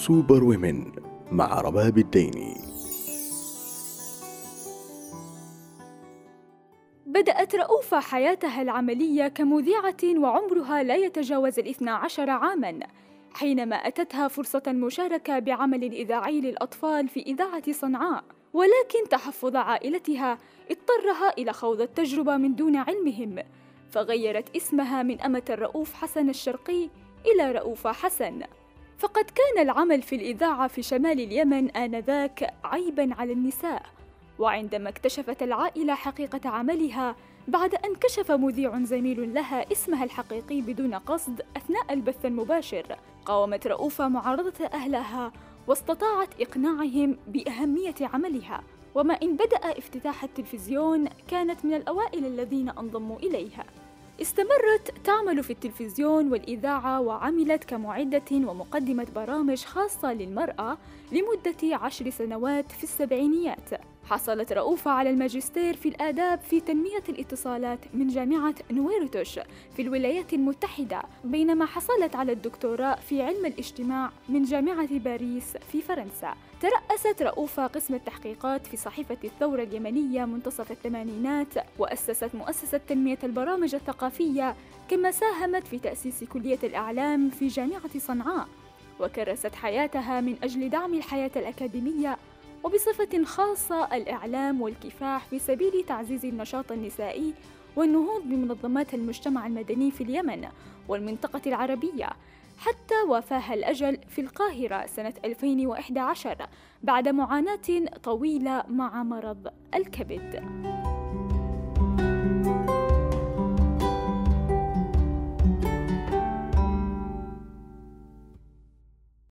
سوبر ويمن مع رباب الديني. بدأت رؤوفة حياتها العملية كمذيعة وعمرها لا يتجاوز 12 عاماً، حينما أتتها فرصة المشاركة بعمل إذاعي للأطفال في إذاعة صنعاء، ولكن تحفظ عائلتها اضطرها إلى خوض التجربة من دون علمهم، فغيرت اسمها من أمة الرؤوف حسن الشرقي إلى رؤوفة حسن. فقد كان العمل في الإذاعة في شمال اليمن آنذاك عيباً على النساء، وعندما اكتشفت العائلة حقيقة عملها بعد أن كشف مذيع زميل لها اسمها الحقيقي بدون قصد أثناء البث المباشر، قاومت رؤوفة معارضة أهلها واستطاعت إقناعهم بأهمية عملها، وما إن بدأ افتتاح التلفزيون كانت من الأوائل الذين انضموا إليها. استمرت تعمل في التلفزيون والإذاعة، وعملت كمعدة ومقدمة برامج خاصة للمرأة لمدة 10 سنوات في السبعينيات. حصلت رؤوفة على الماجستير في الآداب في تنمية الاتصالات من جامعة نويرتوش في الولايات المتحدة، بينما حصلت على الدكتوراه في علم الاجتماع من جامعة باريس في فرنسا. ترأست رؤوفة قسم التحقيقات في صحيفة الثورة اليمنية منتصف الثمانينات، وأسست مؤسسة تنمية البرامج الثقافية، كما ساهمت في تأسيس كلية الإعلام في جامعة صنعاء، وكرست حياتها من أجل دعم الحياة الأكاديمية، وبصفة خاصة الإعلام والكفاح في سبيل تعزيز النشاط النسائي والنهوض بمنظمات المجتمع المدني في اليمن والمنطقة العربية، حتى وافاها الأجل في القاهرة سنة 2011 بعد معاناة طويلة مع مرض الكبد.